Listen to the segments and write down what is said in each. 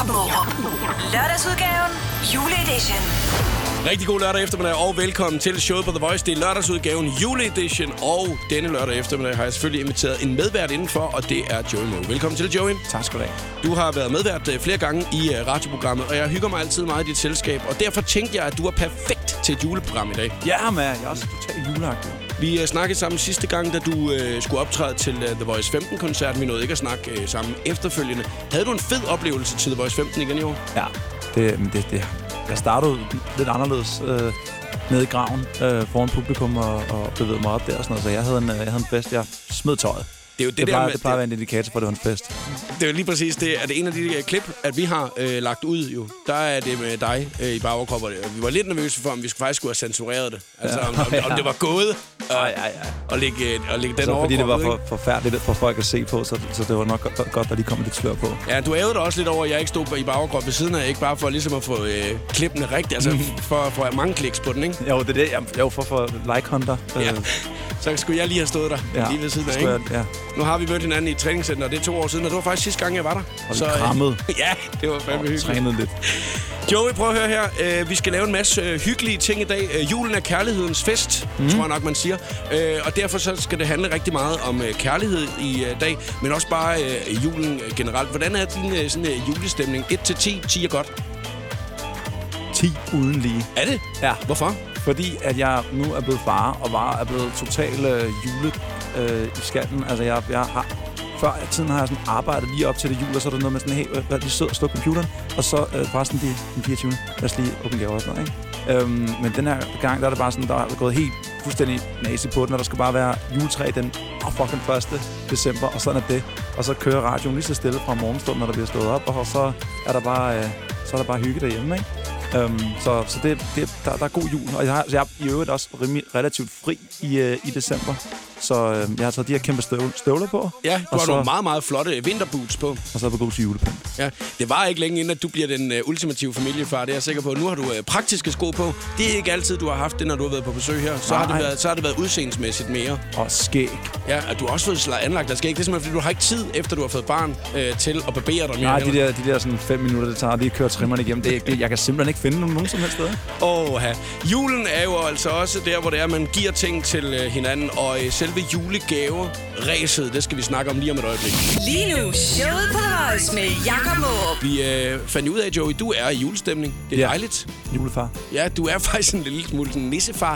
Jakob Morup. Lørdagsudgaven, juleedition. Rigtig god lørdag eftermiddag, og velkommen til showet på The Voice. Det er lørdagsudgaven, juleedition, og denne lørdag eftermiddag har jeg selvfølgelig inviteret en medvært indenfor, og det er Joey Moe. Velkommen til, Joey. Tak skal du have. Du har været medvært flere gange i radioprogrammet, og jeg hygger mig altid meget i dit selskab, og derfor tænkte jeg, at du er perfekt til et juleprogram i dag. Ja, men jeg er også totalt juleagtig. Vi snakkede sammen sidste gang, da du skulle optræde til The Voice 15-koncerten. Vi nåede ikke at snakke sammen efterfølgende. Havde du en fed oplevelse til The Voice 15 igen i år? Ja, det. Jeg startede lidt anderledes nede i graven foran publikum og bevægede mig op der og sådan noget. Så jeg havde en fest. Jeg smed tøjet. Det plejer at være en indikator for, at det var en fest. Det er jo lige præcis det. Er det en af de klip, at vi har lagt ud jo? Der er det med dig i bare overkrop. Og vi var lidt nervøse for, om vi faktisk skulle have censureret det. Altså om det var gået at lægge den overkrop. Fordi det var forfærdeligt for folk at se på, så det var nok godt, der lige kom lidt slør på. Ja, du ærgede dig også lidt over, at jeg ikke stod i bare overkrop ved siden af. Ikke bare for ligesom at få klippene rigtigt. Altså for mange kliks på den, ikke? Jo, det er det. Jo, for like-hunter. Ja. Så skulle jeg lige have stået der lige ved siden af, ikke? Ja. Nu har vi mødt hinanden i et træningscenter, og det er 2 år siden, og det var faktisk sidste gang, jeg var der. Og vi krammede. Ja, det var fandme hyggeligt. Trænede lidt. Joey, prøv at høre her. Vi skal lave en masse hyggelige ting i dag. Julen er kærlighedens fest, tror jeg nok, man siger. Og derfor så skal det handle rigtig meget om kærlighed i dag, men også bare julen generelt. Hvordan er din sådan, julestemning? 1-10. 10 er godt. 10 uden lige. Er det? Ja. Hvorfor? Fordi at jeg nu er blevet far, og er blevet totalt jule i skallen. Altså, jeg har... Før i tiden har jeg sådan arbejdet lige op til det jul, og så er der noget med sådan, hey, vær lige sød og slå computeren, og så forresten den 24. Lad os lige åbne gaver og sådan noget, ikke? Men den her gang, der er det bare sådan, der er gået helt fuldstændig nazi på den, og der skal bare være juletræ den fucking 1. december, og sådan er det. Og så kører radioen lige så stille fra morgenstunden, når der bliver slået op, og så er der bare hygge derhjemme, ikke? Så der er god jul, og jeg er i øvrigt også relativt fri i december. Så jeg har taget de her kæmpe støvler på. Ja, du har nogle meget, meget flotte vinterboots på. Og så er jeg på god til julepynt. Ja, det var ikke længe inden, at du bliver den ultimative familiefar. Det er jeg sikker på. Nu har du praktiske sko på. Det er ikke altid, du har haft det, når du har været på besøg her. Så har det været udseendemæssigt mere. Og skæg. Ja, og du har også fået anlagt af skæg. Det er simpelthen, fordi du har ikke tid, efter du har fået barn, til at barbere dig mere. Nej, de der sådan 5 minutter, det tager lige at køre trimmerne igennem. Jeg kan simpelthen ikke finde nogen som helst steder. Julen er jo altså også der, hvor det er, man giver ting til hinanden. Og selve julegaveræset, det skal vi snakke om lige om et øjeblik. Lige nu, showet på The Voice med Jakob Morup. Vi fandt ud af, Joey, du er i julestemning. Det er dejligt. Julefar. Ja, du er faktisk en lille smule nissefar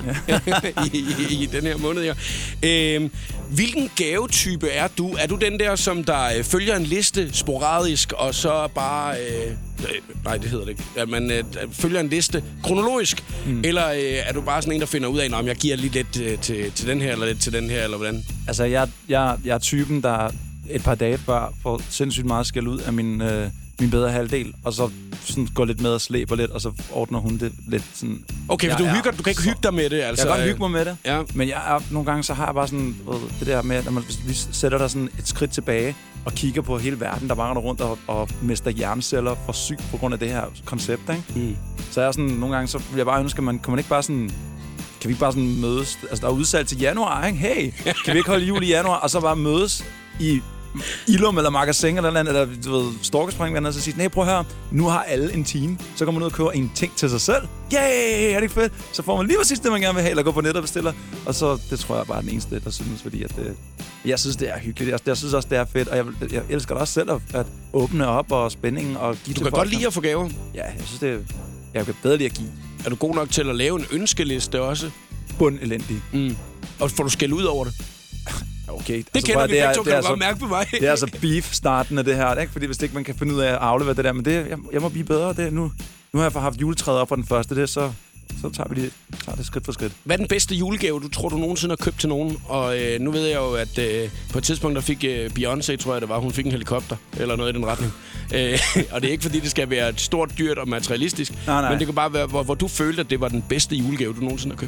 i den her måned her. Hvilken gavetype er du? Er du den der, som der følger en liste sporadisk, og så bare... nej, det hedder det ikke. Ja, man følger en liste kronologisk, eller er du bare sådan en, der finder ud af, om jeg giver lige lidt til den her, eller lidt til den her, eller hvordan? Altså, jeg er typen, der et par dage før får sindssygt meget skæld ud af min bedre halvdel, og så sådan går lidt med og slæber lidt, og så ordner hun det lidt sådan... Okay, for du kan ikke hygge dig med det, altså... Jeg kan godt hygge mig med det, ja. Men nogle gange så har jeg bare sådan det der med, at man sætter dig sådan et skridt tilbage og kigger på hele verden, der bare render rundt og mister hjerneceller for syg på grund af det her koncept, ikke? Så jeg sådan, nogle gange så vil jeg bare ønske, kan man ikke bare sådan... Kan vi ikke bare sådan mødes... Altså, der er udsalg til januar, ikke? Hey, kan vi ikke holde jul i januar, og så bare mødes i... Ilum eller Magasin eller andet, eller du ved, Storkespring, og så siger, nej, prøv at høre, nu har alle en time, så kommer man ud og køber en ting til sig selv. Yay, er det ikke fedt? Så får man lige præcis det, man gerne vil have, eller går på net og bestiller. Og så, det tror jeg bare er den eneste, der synes, fordi at jeg synes, det er hyggeligt. Jeg synes også, det er fedt, og jeg elsker det også selv at åbne op og spændingen og give. Du kan godt lide at få gaver. Ja, jeg synes, jeg kan bedre lide at give. Er du god nok til at lave en ønskeliste også? Bundelendig. Og får du skæld ud over det? Okay. Det altså, kender vi begge to, kan du godt mærke på mig. Det er altså beef-starten af det her, ikke? Fordi hvis ikke man kan finde ud af at aflevere det der, men det, jeg må blive bedre. Nu har jeg haft juletræet op for den første, så tager vi det skridt for skridt. Hvad er den bedste julegave, du tror, du nogensinde har købt til nogen? Og nu ved jeg jo, at på et tidspunkt, der fik Beyoncé, tror jeg det var, hun fik en helikopter, eller noget i den retning. Og det er ikke, fordi det skal være et stort, dyrt og materialistisk, nej. Men det kan bare være, hvor du følte, at det var den bedste julegave, du nogensinde har købt.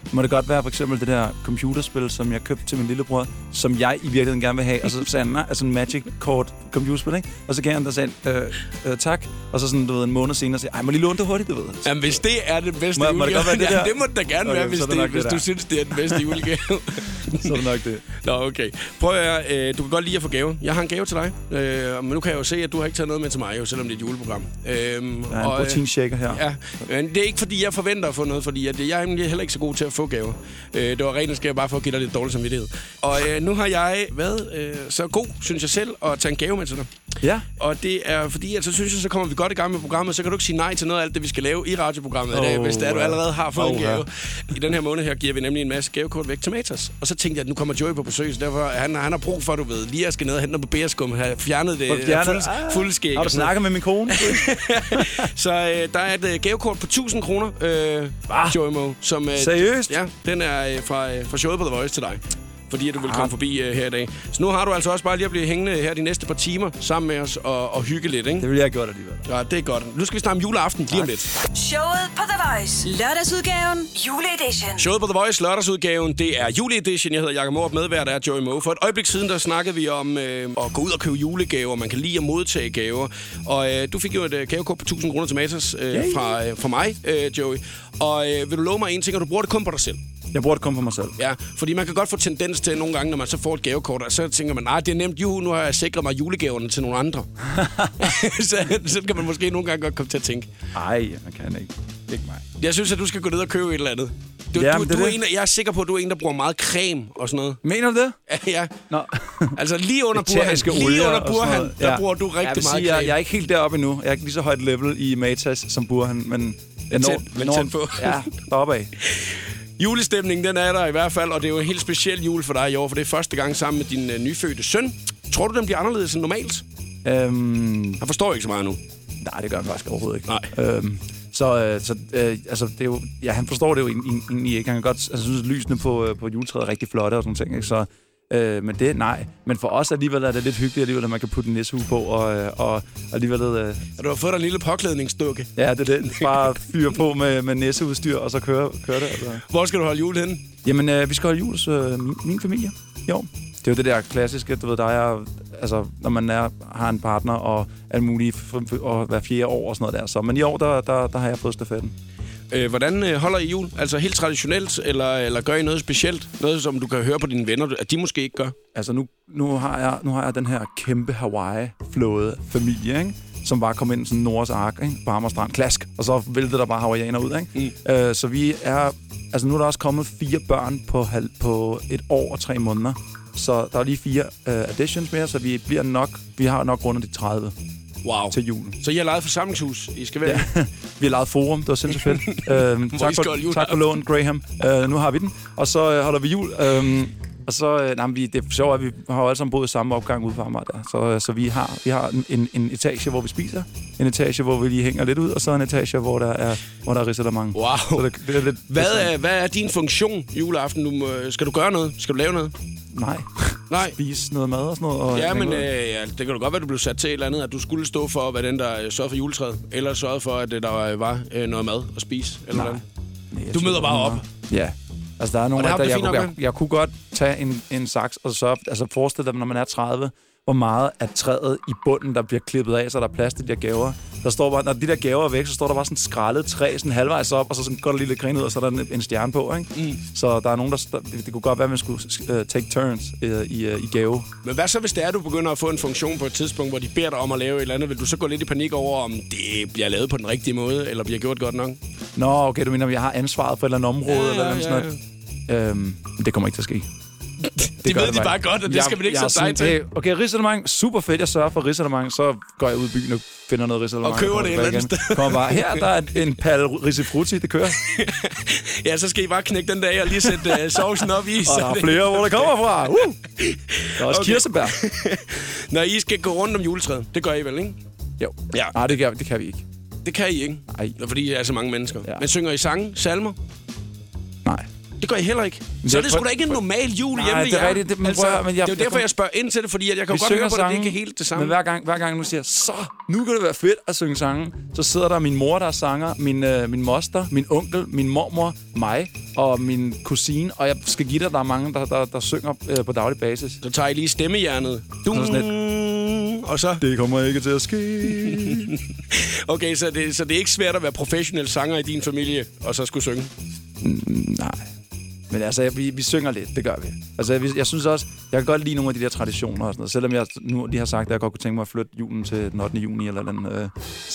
må det godt være for eksempel det der computerspil, som jeg købte til min lillebror, som jeg i virkeligheden gerne vil have, og så sagde han, nej, altså en Magic Kort computerspil, ikke? Og så gav han der sagde, tak, og så sådan, du ved, en måned senere sagde, må lige låne det hurtigt, du ved. Jamen, hvis det er det bedste må det godt være det der? Det må det da gerne være, hvis du synes, det er den bedste julegave. Så er det nok det. Nå, okay. Prøv at høre, du kan godt lide at få gave. Jeg har en gave til dig, men nu kan jeg jo se, at du har ikke taget noget med til mig, jo, selvom det er et juleprogram. Der er en proteinshaker her. Ja, men det er ikke, fordi jeg forventer at få noget, fordi jeg er heller ikke så god til at få gaver. Det var rent, skal jeg bare få at give dig lidt dårlig samvittighed. Og nu har jeg været så god, synes jeg selv, at tage en gave med til dig. Ja. Og det er fordi, at så synes jeg, så kommer vi godt i gang med programmet, så kan du ikke sige nej til noget af alt det, vi skal lave i radioprogrammet i dag, hvis det er, du allerede har fået en gave. I den her måned her giver vi nemlig en masse gavekort væk til Matas. Og så tænkte jeg, at nu kommer Joey på besøg, så derfor han har brug for, du ved, lige at skal ned og hente noget på bæreskum, have fjernet det fulde skæg. Har du snakket med min kone? Så der er et gavekort på 1.000 kroner, Joey Moe. Seriøst? Ja, den er fra showet på The Voice til dig. Fordi at du vil komme forbi her i dag. Så nu har du altså også bare lige at blive hængende her de næste par timer sammen med os og hygge lidt, ikke? Det vil jeg have gjort alligevel. Ja, det er godt. Nu skal vi snakke om juleaften lige om lidt. Showet på The Voice. Lørdagsudgaven. Juleedition. Showet på The Voice. Lørdagsudgaven. Det er juleedition. Jeg hedder Jakob Morup. Medvært er Joey Moe. For et øjeblik siden, der snakkede vi om at gå ud og købe julegaver. Man kan lide at modtage gaver. Og du fik jo et gavekort på 1.000 kroner til Matas fra mig, Joey. Og vil du love mig en ting, og du bruger det kun på dig selv? Jeg bruger det kun for mig selv. Ja, fordi man kan godt få tendens til nogle gange, når man så får et gavekort, og så tænker man, nej, det er nemt, nu har jeg sikret mig julegaverne til nogle andre. så kan man måske nogle gange godt komme til at tænke. Nej, man kan ikke. Ikke mig. Jeg synes, at du skal gå ned og købe et eller andet. Jeg er sikker på, at du er en, der bruger meget creme og sådan noget. Mener du det? Ja. Nå. Altså lige under Burhan, der bruger du rigtig meget creme. Jeg er ikke helt deroppe endnu. Jeg er ikke lige så højt level i Matas som Burhan, men jeg når tæt på. Ja, deroppe af. Julestemningen, den er der i hvert fald, og det er jo en helt speciel jul for dig i år, for det er første gang sammen med din nyfødte søn. Tror du, den bliver anderledes end normalt? Jeg forstår ikke så meget nu. Nej, det gør han faktisk overhovedet ikke. Nej. Altså, det er jo, ja, han forstår det jo egentlig ikke. Han kan godt, altså, synes, at lysene på juletræet er rigtig flotte og sådan ting, ikke? Så, men det, nej. Men for os alligevel er det lidt hyggeligt alligevel, at man kan putte en nissehue på, og alligevel... Og du har fået dig en lille påklædningsdukke. Ja, det er det. Bare fyre på med nisseudstyr, og så køre det. Altså. Hvor skal du holde jul henne? Jamen, vi skal holde jul hos min familie. Jo. Det er jo det der klassiske, du ved, der er... Altså, når man har en partner og alt muligt, og hver 4 år og sådan noget der. Så, men i år, der har jeg fået stafetten. Hvordan holder I jul? Altså helt traditionelt, eller gør I noget specielt? Noget, som du kan høre på dine venner, at de måske ikke gør? Altså, nu har jeg den her kæmpe Hawaii-flåde familie, ikke? Som bare kom ind sådan Nords Ark, ikke? På Amager Strand. Klask! Og så væltede der bare hawaiianer ud, ikke? Så vi er... Altså, nu er der også kommet 4 børn på 1 år og 3 måneder. Så der er lige 4 additions mere, så vi har nok rundt de 30. Wow. Til julen. Så I har lejet forsamlingshus? I skal være? Ja. Vi har lejet forum, det var sindssygt fedt. Tak for lån, Graham. Nu har vi den. Og så holder vi jul. Og så, det er sjovt, at vi har jo alle sammen boet i samme opgang ude for Amager der. Så vi har en etage, hvor vi spiser. En etage, hvor vi lige hænger lidt ud. Og så en etage, hvor der er risalemang. Wow. Så det er lidt, hvad er din funktion juleaften? Skal du gøre noget? Skal du lave noget? Nej. Spise noget mad og sådan noget. Og ja, men det kan du godt være, at du blev sat til et eller andet, at du skulle stå for, hvad den der sørgede for juletræet, eller sørgede for, at der var noget mad at spise, eller noget. Du møder bare op. Ja. Altså, der er nogle der jeg kunne godt tage en saks, og så forestille dig, når man er 30, hvor meget af træet i bunden, der bliver klippet af, så der er plads til de der gaver. Der står bare, når de der gaver er væk, så står der bare sådan skrællet træ, sådan halvvejs op, og så går der lige lidt gren ud, og så er der en stjerne på, ikke? Så der er nogen, det kunne godt være, at man skulle take turns i gave. Men hvad så, hvis det er, du begynder at få en funktion på et tidspunkt, hvor de beder dig om at lave et eller andet? Vil du så gå lidt i panik over, om det bliver lavet på den rigtige måde, eller bliver gjort godt nok? Nå, okay, du mener, om jeg har ansvaret for et eller andet område, eller sådan noget? Det kommer ikke til at ske. Det ved de bare godt, og det skal man ikke sætte dig til. Okay, risalemang, super fedt. Jeg sørger for risalemang, så går jeg ud i byen og finder noget risalemang. Og køber det et eller andet sted. Kommer bare, her der er en pal risifrutti, det kører. Ja, så skal I bare knække den der og lige sætte sovsen op i. Og der er flere, hvor det kommer fra. Der er også kirsebær. Når I skal gå rundt om juletræet, det gør I vel, ikke? Jo. Ja. Nej, det kan vi ikke. Det kan I ikke? Nej. Fordi I er så mange mennesker. Ja. Men synger I sange, salmer? Nej. Det gør jeg heller ikke. Så er det sgu da ikke en normal jul hjemme ved jer. Nej, det er rigtigt. Det er jo derfor, jeg spørger ind til det, fordi jeg kan godt høre på, at det ikke er helt det samme. Men hver gang nu siger, så nu kan det være fedt at synge sange, så sidder der min mor, der er sanger, min moster, min onkel, min mormor, mig og min kusine, og jeg skal give dig, der er mange, der synger på daglig basis. Så tager I lige stemmehjernet. Og så... Det kommer ikke til at ske. Okay, så det er ikke svært at være professionel sanger i din familie, og så skulle synge? Nej. Men altså, vi synger lidt, det gør vi. Altså, jeg synes også, jeg kan godt lide nogle af de der traditioner og sådan noget. Selvom jeg nu lige har sagt, at jeg godt kunne tænke mig at flytte julen til den 8. juni eller andet,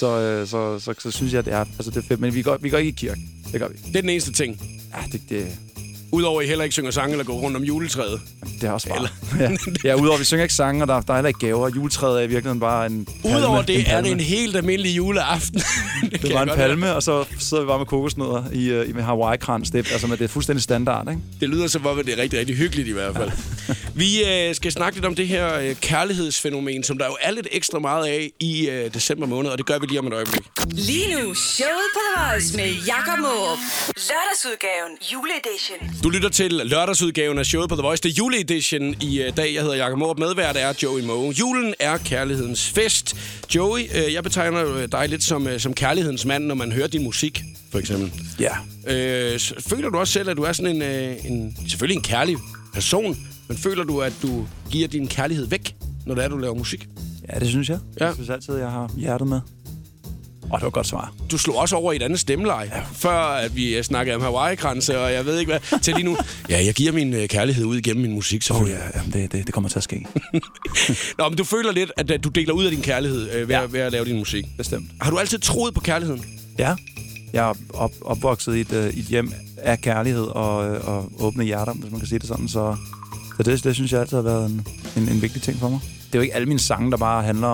så synes jeg, at det er fedt. Men vi går ikke i kirke. Det gør vi. Det er den eneste ting? Ja, det... Udover at I heller ikke synger sange eller går rundt om juletræet? Det er også bare. Ja, udover at vi synger ikke sange, og der er heller ikke gaver. Juletræet er i virkeligheden bare en palme. Udover det er det en helt almindelig juleaften. det var en palme, og så sidder vi bare med kokosnødder med Hawaii-krans. Det er fuldstændig standard, ikke? Det lyder som om, det er rigtig, rigtig hyggeligt i hvert fald. Vi skal snakke lidt om det her kærlighedsfænomen, som der jo er lidt ekstra meget af i december måned, og det gør vi lige om et øjeblik. Lige nu, showet på The Voice med Jakob Mårup. Lørdagsudgaven, juleedition. Du lytter til lørdagsudgaven af showet på The Voice. Det er juleedition i dag. Jeg hedder Jakob Mårup. Medvært er Joey Moe. Julen er kærlighedens fest. Joey, jeg betegner dig lidt som kærlighedens mand, når man hører din musik, for eksempel. Ja. Føler du også selv, at du er sådan selvfølgelig en kærlig person, men føler du, at du giver din kærlighed væk, når det er, du laver musik? Ja, det synes jeg. Ja. Jeg synes altid, jeg har hjertet med. Det var godt svar. Du slog også over i et andet stemmeleje, før at vi snakkede om Hawaii-kranse, og jeg ved ikke hvad. Til lige nu, jeg giver min kærlighed ud igennem min musik. Det kommer til at ske. Nå, men du føler lidt, at du deler ud af din kærlighed ved at lave din musik. Bestemt. Har du altid troet på kærligheden? Ja. Jeg er opvokset i et hjem af kærlighed og åbne hjerter, hvis man kan sige det sådan. Så det synes jeg altid har været en vigtig ting for mig. Det er jo ikke alle mine sange, der bare handler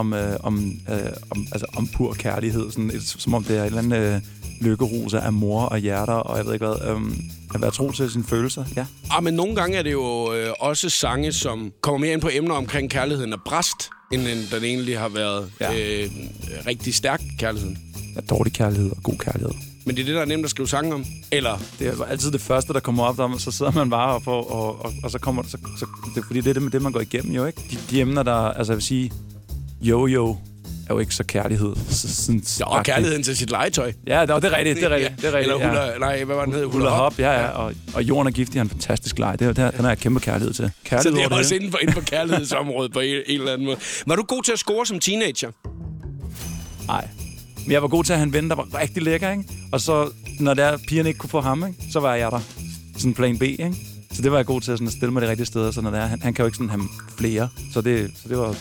om pur kærlighed. Sådan som om det er en eller anden lykkeruse af mor og hjerter, og jeg ved ikke hvad. At være tro til sine følelser, ja. Men nogle gange er det jo også sange, som kommer mere ind på emner omkring kærligheden og bræst, end den egentlig har været rigtig stærk kærligheden. Ja, dårlig kærlighed og god kærlighed. Men det er det, der er nemt at skrive sange om? Eller? Det er altid det første, der kommer op, så sidder man bare og så kommer det, fordi det er det, man går igennem jo, ikke? De emner, der, altså jeg vil sige, jo er jo ikke så kærlighed. Og kærligheden til sit legetøj. Ja, det er rigtigt. Eller hvad var den hed? Hula Hop, ja. Og Jorden er giftig, har en fantastisk leg. Den har jeg kæmpe kærlighed til. Så det er også inden for kærlighedsområdet på en eller anden måde. Var du god til at score som teenager? Nej. Men jeg var god til at have en ven, der var rigtig lækker, ikke? Og så, når pigerne ikke kunne få ham, ikke? Så var jeg der. Sådan plan B, ikke? Så det var jeg god til at stille mig det rigtige sted. Så når det er, han kan jo ikke sådan have flere. Så det var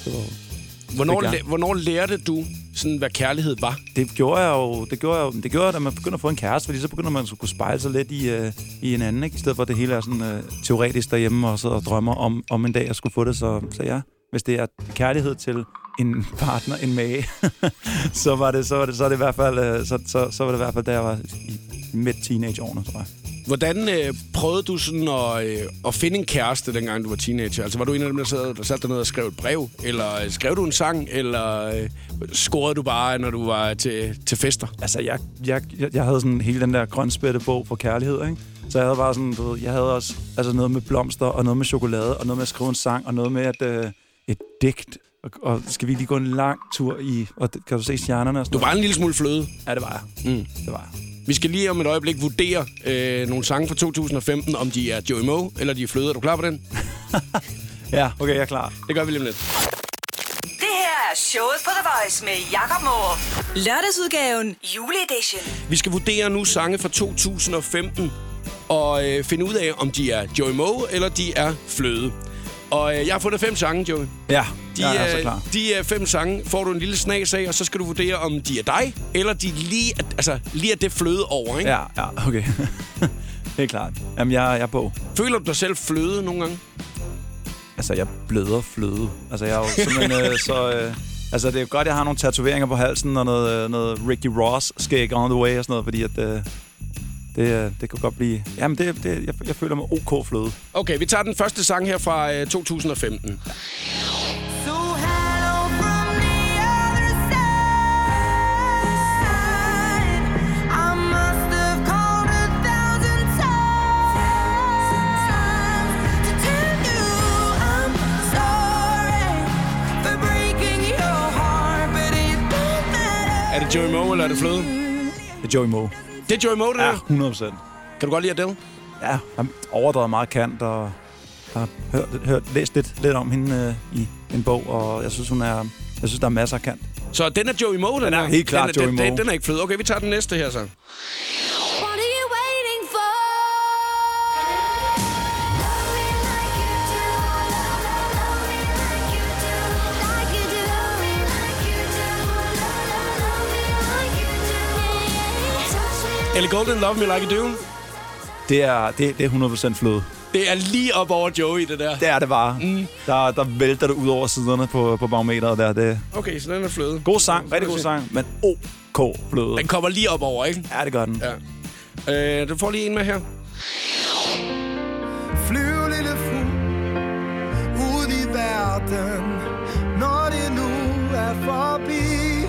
Hvornår lærte du sådan, hvad kærlighed var? Det gjorde jeg, da man begynder at få en kæreste, fordi så begynder man at kunne spejle sig lidt i en anden, ikke? I stedet for, at det hele er sådan teoretisk derhjemme, og sidder og drømmer om en dag at skulle få det, så ja. Hvis det er kærlighed til en partner, en mage, så var det i hvert fald, da jeg var i midt-teenageårene, tror jeg. Hvordan prøvede du sådan at finde en kæreste, dengang du var teenager? Altså var du en af dem, der satte dig ned og skrev et brev? Eller skrev du en sang? Eller scorede du bare, når du var til fester? Altså, jeg havde sådan hele den der grønspættebog for kærlighed, ikke? Så jeg havde bare sådan, jeg havde også noget med blomster, og noget med chokolade, og noget med at skrive en sang, og noget med et digt. Og skal vi lige gå en lang tur og kan du se stjernerne? Og sådan du var en lille smule fløde. Ja, det var jeg. Det var jeg. Vi skal lige om et øjeblik vurdere nogle sange fra 2015, om de er Joey Moe, eller de er fløde. Er du klar på den? Ja, okay, jeg er klar. Det gør vi lige om lidt. Det her er showet på The Voice med Jakob Mårup. Lørdagsudgaven, juleedition. Vi skal vurdere nu sange fra 2015, og finde ud af, om de er Joey Moe, eller de er fløde. Og jeg har fundet 5 sange, Joey. Ja, jeg er så klar. De 5 sange får du en lille snas af, og så skal du vurdere, om de er dig, eller de lige er det fløde over, ikke? Ja, okay. Helt klart. Jamen, jeg er på. Føler du dig selv fløde nogle gange? Altså, jeg bløder fløde. Altså, jeg er jo simpelthen altså, det er jo godt, jeg har nogle tatoveringer på halsen, og noget Ricky Ross-skæg on the way og sådan noget, fordi at... Det kan godt blive... Jamen, jeg føler mig OK fløde. Okay, vi tager den første sang her fra 2015. Er det Joey Moe, eller er det Fløde? Det er Joey Moe. Det er Joey Moe, det Ja, der? 100%. Kan du godt lide Adele? Ja, han overdrevet meget kant, og har læst lidt om hende i en bog, og jeg synes, der er masser af kant. Så den er Joey Moe, den er? Helt klart Joey Moe. Den er ikke Fløde. Okay, vi tager den næste her, så. What are you waiting for? Love me like you do. Love me like you do. Like you do. Love me like you do. Love me like you do. Touch me. Ellie Goulding, Love Me Like You Do. Det er 100% Fløde. Det er lige op over Joey, det der. Det er det bare. Der vælter det ud over siderne på barometeret der. Det. Okay, så den er Fløde. God sang, rigtig god sang, men OK Fløde. Den kommer lige op over, ikke? Ja, det gør den. Ja. Du får lige en med her. Flyv lille fugl ud i verden, når det nu er forbi.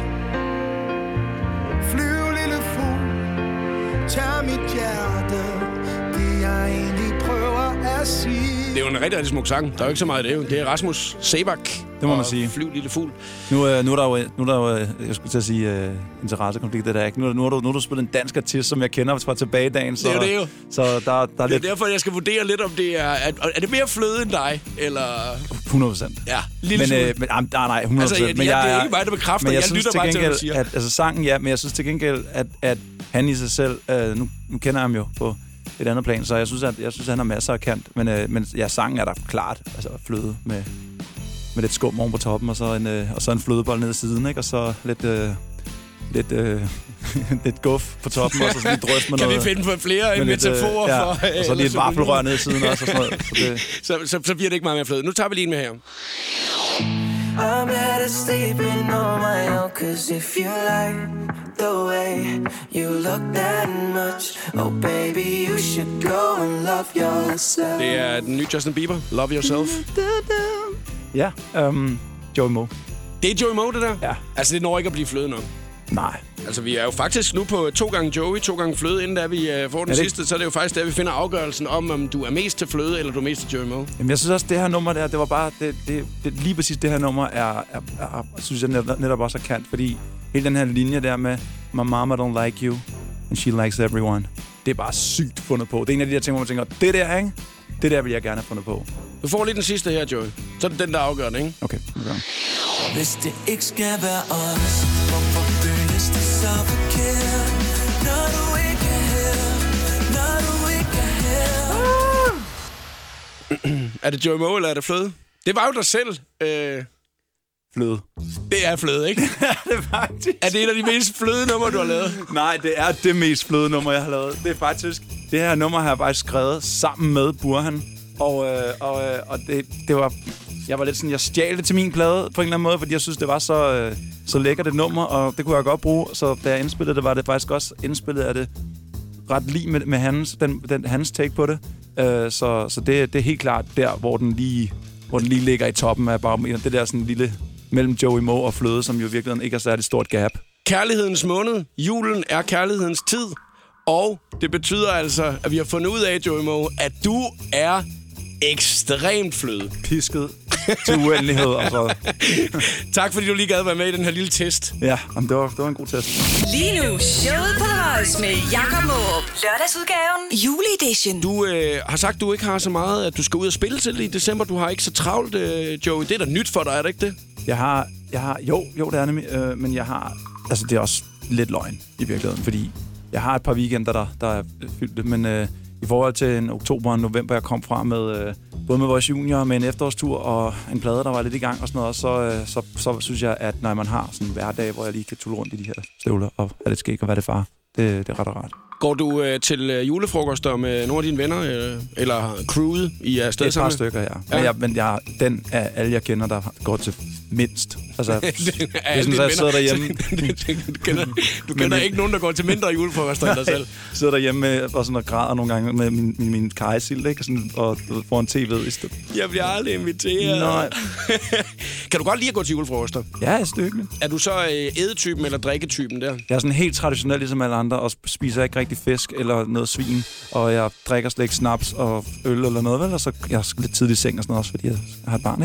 Flyv lille fugl, tag mit hjerte, det jeg egentlig prøver at sige. Det er jo en rigtig, rigtig smuk sang. Der er jo ikke så meget af det. Det er Rasmus Sebak. Det må man sige. Flyv lille fugl. Nu er der jo, jeg skulle til at sige interessekonflikt, det der ikke. Nu har du spillet en dansk artist, som jeg kender fra tilbagedagen. Så, Det er jo det jo. Så der er Det lidt... er derfor, jeg skal vurdere lidt, om det er... Er det mere Fløde end dig, eller... 100%. Ja, lille smule. Nej, 100%. Altså, men det er ikke mig, der bekræfter. men Jeg synes lytter bare til, hvad du gengæld, siger. altså sangen, ja, men jeg synes til gengæld, at han i sig selv... Nu kender jeg ham jo på et andet plan, så jeg synes, at han har masser af kant. Men ja, sangen er der klart Fløde med lidt skum oven på toppen, og så en flødebold nede i siden, ikke? Og så lidt guf på toppen, og så sådan lidt drøst med Kan noget. vi finde på flere med metaforer ja, for... og så lige et vaffelrør nede i siden også, og sådan noget. Så bliver det ikke meget mere Fløde. Nu tager vi lige en med her. I'm better sleeping on my own, 'cause if you like the way you look that much, oh baby, you should go and love yourself. Det er den nye Justin Bieber. Love Yourself. Ja, Joey Moe. Det er Joey Moe, det der? Ja. Altså, det når ikke at blive Fløde nok. Nej. Altså, vi er jo faktisk nu på 2 gange Joey, 2 gange Fløde, inden da vi får den sidste. Så er det jo faktisk der, vi finder afgørelsen om du er mest til Fløde, eller du er mest til Joey Moe. Jamen, jeg synes også, det her nummer der, det var bare... lige præcis det her nummer synes jeg netop også er kant, fordi hele den her linje der med My mama don't like you, and she likes everyone. Det er bare sygt fundet på. Det er en af de der ting, hvor man tænker, det der, ikke? Det der vil jeg gerne have fundet på. Du får lige den sidste her, Joey. Så er det den, der afgør det, ikke? Okay. Hvis det ikke skal være os, hvorfor føles det så forkert, når du ikke er her, når du ikke er her? Er det Joey Moe, eller er det Fløde? Det var jo dig selv. Fløde. Det er Fløde, ikke? Det er faktisk... Er det en af de mest Fløde numre, du har lavet? Nej, det er det mest fløde nummer, jeg har lavet. Det er faktisk... Det her nummer har jeg faktisk skrevet sammen med Burhan. Og det var... Jeg var lidt sådan... Jeg stjal det til min plade på en eller anden måde, fordi jeg synes, det var så lækkert et nummer, og det kunne jeg godt bruge. Så da jeg indspillede det, var det faktisk også indspillet af det ret lige med hans take på det. Så det er helt klart der, hvor den lige ligger i toppen af barometeret. Det der sådan lille mellem Joey Moe og Fløde, som jo i virkeligheden ikke er særlig stort gap. Kærlighedens måned. Julen er kærlighedens tid. Og det betyder altså, at vi har fundet ud af, Joey Moe, at du er ekstremt Fløde. Pisket til uendelighed. Og så. Tak fordi du lige gad være med i den her lille test. Ja, det var en god test. Lige nu, showet på The Voice med Jakob Mårup. Lørdagsudgaven, juleedition. Du har sagt, at du ikke har så meget, at du skal ud og spille til i december. Du har ikke så travlt, Joey. Det er da nyt for dig, er det ikke det? Jeg har jo, det er nemlig, men jeg har, altså det er også lidt løgn i virkeligheden, fordi jeg har et par weekender, der er fyldt, men i forhold til en oktober og november, jeg kom fra med, både med vores junior, med en efterårstur og en plade, der var lidt i gang og sådan noget, så synes jeg, at når man har sådan en hverdag, hvor jeg lige kan tulle rundt i de her støvler og have lidt skæg og hvad det far, det er ret og rart. Går du til julefrokoster med nogle af dine venner, eller crewet i afsted sammen? Et par stykker, ja. Men jeg den af alle, jeg kender, der går til mindst. Altså, det er sådan, så jeg sidder derhjemme. Du kender ikke nogen, der går til mindre julefrokoster end dig selv. Jeg sidder derhjemme og græder nogle gange med min kajsild, ikke? Og foran tv'et i stedet. Jeg bliver aldrig inviteret. Nej. Kan du godt lide at gå til julefrokoster? Ja, jeg synes, det er hyggeligt. Er du så ædetypen eller drikketypen der? Jeg er sådan helt traditionel ligesom alle andre, og spiser ikke rigtig fisk eller noget svin, og jeg drikker slet ikke snaps og øl eller noget, vel? Og så jeg er lidt tidlig i seng og sådan noget, også fordi jeg har et barn, ikke?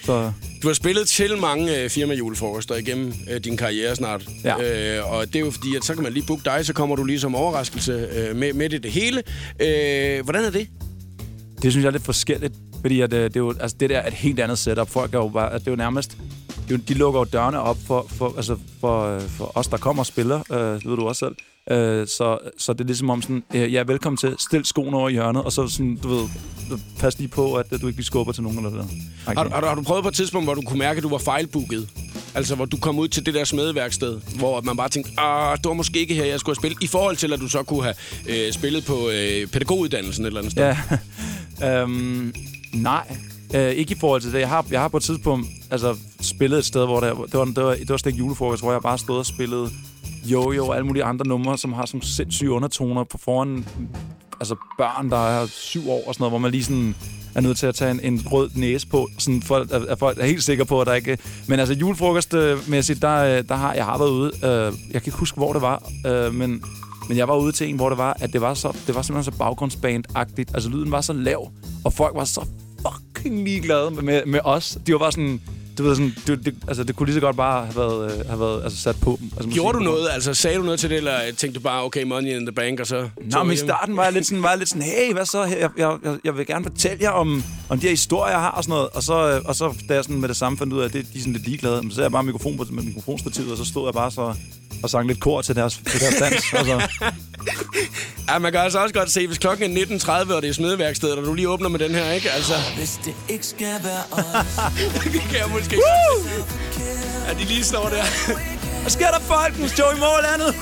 Så Du har spillet til mange firma-julefrokoster igennem din karriere snart. Ja. Og det er jo fordi, at så kan man lige booke dig, så kommer du lige som overraskelse med det hele. Hvordan er det? det synes jeg er lidt forskelligt, fordi at, det er jo, altså, det der er et helt andet setup. Folk er jo bare, at det er jo nærmest... De lukker jo dørene op for os, der kommer og spiller. Det ved du også selv. Så det er ligesom om sådan, ja, velkommen til, stil skoene over i hjørnet, og så sådan, du ved, pas lige på, at du ikke lige skubber til nogen eller det der. Okay. Har du prøvet på et tidspunkt, hvor du kunne mærke, at du var fejlbooket? Altså, hvor du kom ud til det der smedeværksted, hvor man bare tænkte, det var måske ikke her, jeg skulle have spillet, i forhold til, at du så kunne have spillet på pædagoguddannelsen et eller andet sted. Ja. Nej. Ikke i forhold til det. Jeg har på et tidspunkt spillet et sted, hvor det var slet julefrokost, hvor jeg bare stod og spillede jo og alle mulige andre numre, som har sådan sindssyge undertoner på foran børn, der er 7 år og sådan noget, hvor man lige sådan er nødt til at tage en rød næse på, sådan folk er helt sikre på, at der ikke... Men altså julefrokostmæssigt, der har jeg været ude. Jeg kan ikke huske, hvor det var, men jeg var ude til en, hvor det var, at det var simpelthen så baggrundsband-agtigt. Altså lyden var så lav, og folk var så fucking ligeglade med os. De var bare sådan... Du ved sådan, det kunne lige så godt bare have været sat på. Altså, gjorde du noget? Altså sagde du noget til det, eller tænkte du bare, okay, money in the bank, og så... Nå, men i starten var jeg lidt sådan, hey, hvad så? Jeg vil gerne fortælle jer om de her historier, jeg har og sådan noget. Og så da jeg sådan med det samme fandt ud af, at de er sådan lidt ligeglade, så jeg bare med mikrofonstativet, og så stod jeg bare og sang lidt kor til deres dans. Ja, man kan altså også godt se, hvis klokken er 19.30, og det er smedeværkstedet, og du lige åbner med den her, ikke? Altså... Hvis det ikke skal være os. Det kan jeg måske godt se. Ja, de lige står der. Hvad sker der, folkens? Joey Moe landet.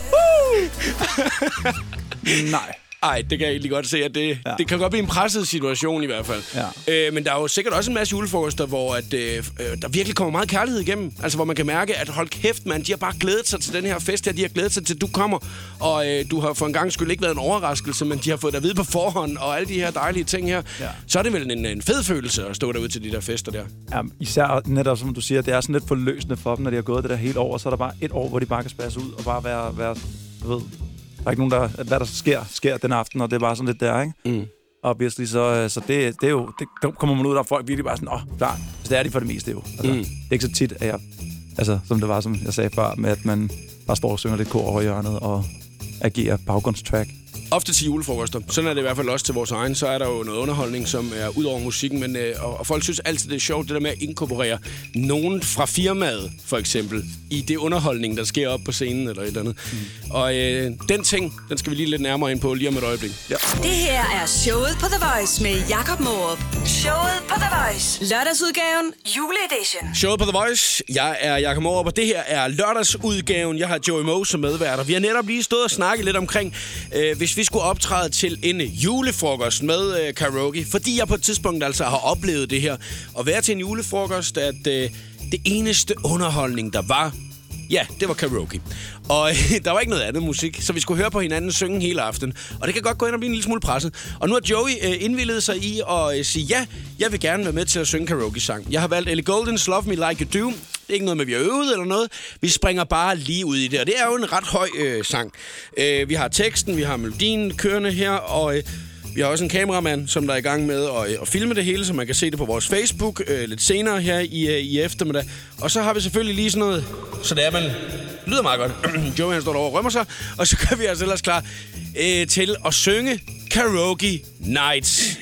Nej. Ej, det kan jeg egentlig godt se, at det kan godt blive en presset situation i hvert fald. Ja. Men der er jo sikkert også en masse julefrokoster, hvor der virkelig kommer meget kærlighed igennem. Altså, hvor man kan mærke, at hold kæft, man, de har bare glædet sig til den her fest her. De har glædet sig til, at du kommer. Og du har for en gang skyld ikke været en overraskelse, men de har fået dig at vide på forhånd, og alle de her dejlige ting her. Ja. Så er det vel en fed følelse at stå derude til de der fester der. Ja, især netop, som du siger, det er sådan lidt forløsende for dem, når de har gået det der hele år, og så er der bare et år, hvor de bare kan spasse ud og bare være du ved... Der er ikke nogen, hvad der sker den aften, og det er bare sådan lidt der, ikke? Mm. Obviously, så det er jo... Det kommer man ud, der folk virkelig bare sådan, klar. Så det er de for det meste jo. Altså, det er ikke så tit, at jeg... Altså, som det var, som jeg sagde før, med at man bare står og synger lidt kor over hjørnet og agerer baggrundstrack. Ofte til julefrokoster. Sådan er det i hvert fald også til vores egen. Så er der jo noget underholdning, som er ud over musikken. Men, og folk synes altid, det er sjovt, det der med at inkorporere nogen fra firmaet, for eksempel, i det underholdning, der sker op på scenen eller et eller andet. Mm. Og den ting, den skal vi lige lidt nærmere ind på lige om et øjeblik. Ja. Det her er showet på The Voice med Jakob Morup. Showet på The Voice. Lørdagsudgaven, juleedition. Showet på The Voice. Jeg er Jakob Morup, og det her er lørdagsudgaven. Jeg har Joey Moe som medvært, og vi har netop lige stået og snakket lidt omkring, hvis vi skulle optræde til en julefrokost med karaoke, fordi jeg på et tidspunkt altså har oplevet det her, at være til en julefrokost, at det eneste underholdning, der var, ja, det var karaoke. Og der var ikke noget andet musik, så vi skulle høre på hinanden synge hele aften. Og det kan godt gå ind og blive en lille smule presset. Og nu har Joey indvilliget sig i at sige, ja, jeg vil gerne være med til at synge karaoke-sang. Jeg har valgt Ellie Gouldens Love Me Like You Do. Det er ikke noget med, vi har øvet eller noget. Vi springer bare lige ud i det, og det er jo en ret høj sang. Vi har teksten, vi har melodien kørende her, og... Vi har også en kameramand, som der er i gang med at filme det hele, så man kan se det på vores Facebook lidt senere her i eftermiddag. Og så har vi selvfølgelig lige sådan noget, så det er, man lyder meget godt. Joey han står derovre og rømmer sig, og så gør vi os ellers klar til at synge Karaoke Nights.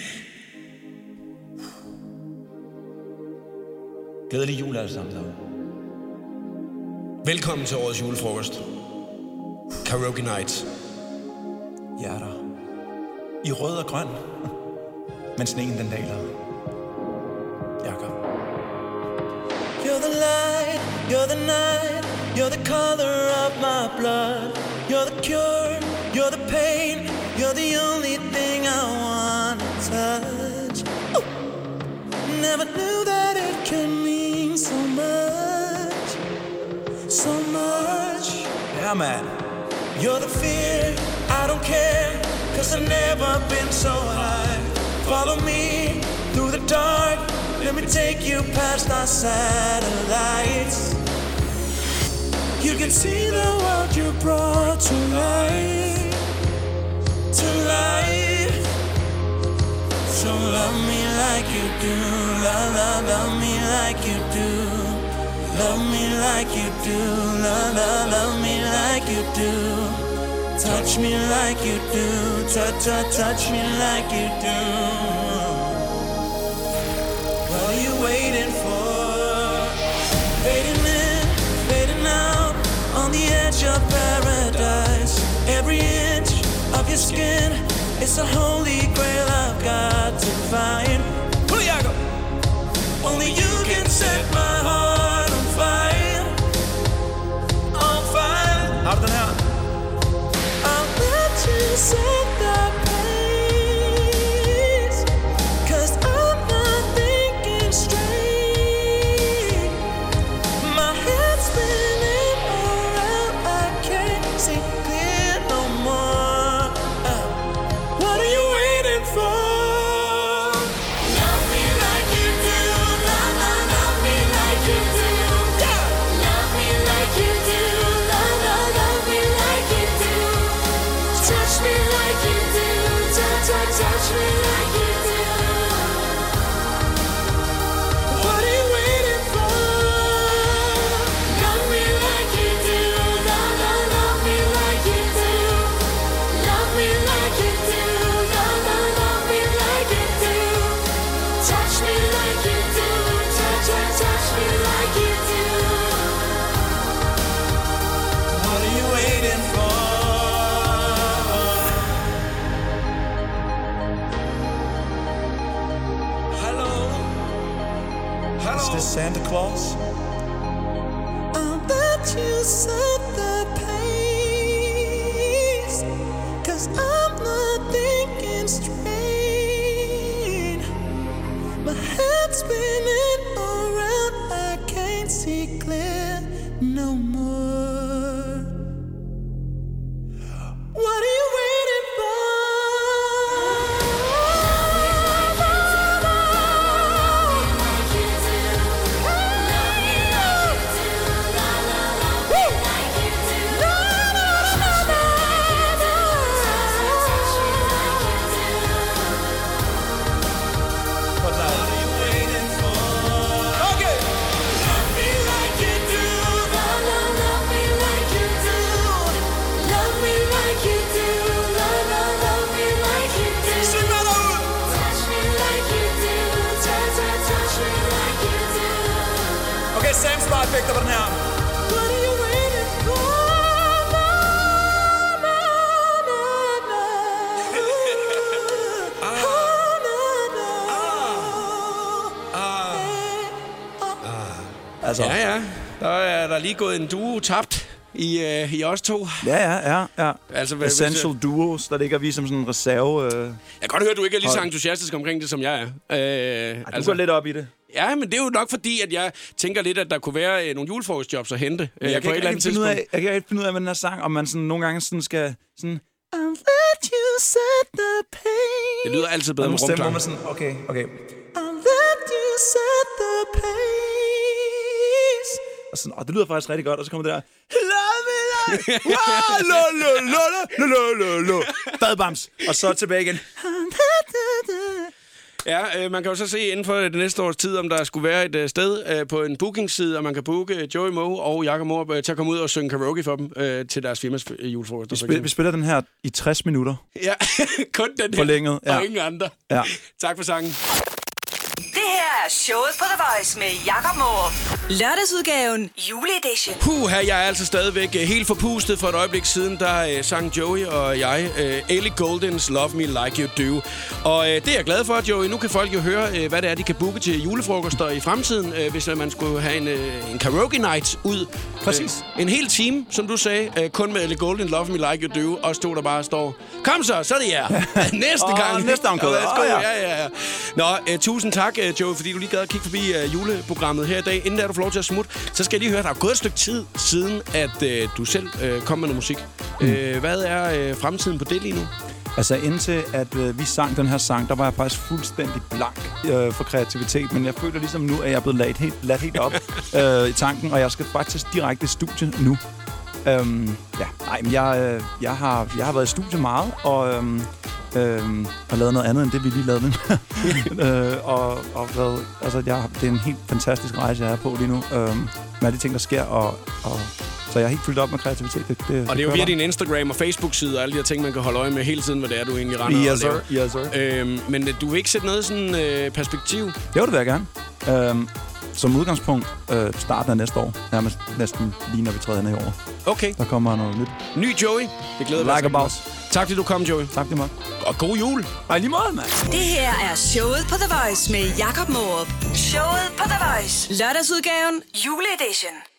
Glædelig jul alle sammen. Velkommen til årets julefrokost. Karaoke Nights. Hjerter. I rød og grøn, men sneen den daler. Jakob. You're the light, you're the night, you're the color of my blood. You're the cure, you're the pain, you're the only thing I wanna touch. Ooh. Never knew that it could mean so much, so much. Ja, man. You're the fear, I don't care, 'cause I've never been so high. Follow me through the dark, let me take you past our satellites. You can see the world you brought to life, to life. So love me like you do. Love me like you do. Love me like you do. Love me like you do. Touch me like you do. Touch me like you do. What are you waiting for? Fading in, fading out, on the edge of paradise. Every inch of your skin, it's a holy grail I've got to find. Only you can set my heart on fire. On fire. Har du den her? I'll let you set the pace, 'cause I'm not thinking straight. My head's spinning around, I can't see clear no more. What are you waiting for? Love me like you do. Love me like you do. Love me like you do. Love me like you do. Touch me like you do. Touch me like you do. What are you waiting for? Love me like you do. Love me like you do. Love me like you do. Love me like you do. Touch me like you do. Touch me like you do. What are you waiting for? Hello? Is this Santa Claus? I'll let you set the pace, 'cause I'm not thinking straight. My head's spinning around, I can't see clear no more. What are you waiting for? Okay, Sam Spar-effekter på den her. What are you waiting for? Altså, Ja. Der er der lige gået en duo tabt i os to. ja. Altså, Essential duos, der ligger vi som sådan en reserve. Jeg kan godt høre, at du ikke er lige så entusiastisk omkring det, som jeg er. Du går lidt op i det. Ja, men det er jo nok fordi, at jeg tænker lidt, at der kunne være nogle julefrokostjobs at hente. Jeg kan ikke finde ud af med den her sang, om man sådan nogle gange sådan skal sådan... I'll let you set the pace. Det lyder altid bedre med stemme, hvor rumklang. man sådan, okay. I'll let you set the pace. Og, sådan, det lyder faktisk rigtig godt, og så kommer det der... Love me like... Lo. Badbams. Og så tilbage igen. Ja, man kan jo så se inden for det næste års tid, om der skulle være et sted på en bookingside, og man kan booke Joey Moe og Jakob Morup til at komme ud og synge karaoke for dem til deres firmas julefrokost. Vi spiller den her i 60 minutter. Ja, kun den her. Forlænget, ja. Og ingen andre. Ja. Tak for sangen. Det her er showet på The Voice med Jakob Morup. Lørdagsudgaven juleedition. Jeg er altså stadigvæk helt forpustet. For et øjeblik siden, der sang Joey og jeg Ellie Goldens Love Me Like You Do. Og det er jeg glad for, Joey. Nu kan folk jo høre, hvad det er, de kan booke til julefrokoster i fremtiden, hvis man skulle have en karaoke night ud. Præcis. En hel time, som du sagde, kun med Ellie Golden Love Me Like You Do. Og stod der bare står, kom så er det jer. Næste gang. Næste gang. Ja. Nå, tusind tak, Joey, fordi du lige gad at kigge forbi juleprogrammet her i dag. Inden der du får lov til at smutte, så skal jeg lige høre, der er gået et stykke tid siden, at du selv kom med noget musik. Hvad er fremtiden på det lige nu? Altså indtil at vi sang den her sang, der var jeg faktisk fuldstændig blank for kreativitet, men jeg føler ligesom nu, at jeg er blevet ladt helt op i tanken, og jeg skal faktisk direkte i studie nu. Men jeg har været i studie meget, og og lavet noget andet end det, vi lige lavede nu. Det er en helt fantastisk rejse, jeg er på lige nu. Med alle de ting, der sker, så jeg er helt fyldt op med kreativitet. Og det er jo via din Instagram og Facebook-side og alle de her ting, man kan holde øje med hele tiden, hvad det er, du egentlig render yes, og laver. Yes, sir. Men du vil ikke sætte noget sådan perspektiv? Jo, det vil jeg gerne. Som udgangspunkt starten af næste år. Nærmest næsten lige når vi træder ind i år. Okay. Der kommer noget nyt. Ny Joey. Det glæder mig. Like a boss. Tak fordi du kom, Joey. Tak det meget. Og god jul. Ej, lige måde, mand. Det her er showet på The Voice med Jakob Morup. Showet på The Voice. Lørdagsudgaven, juleedition.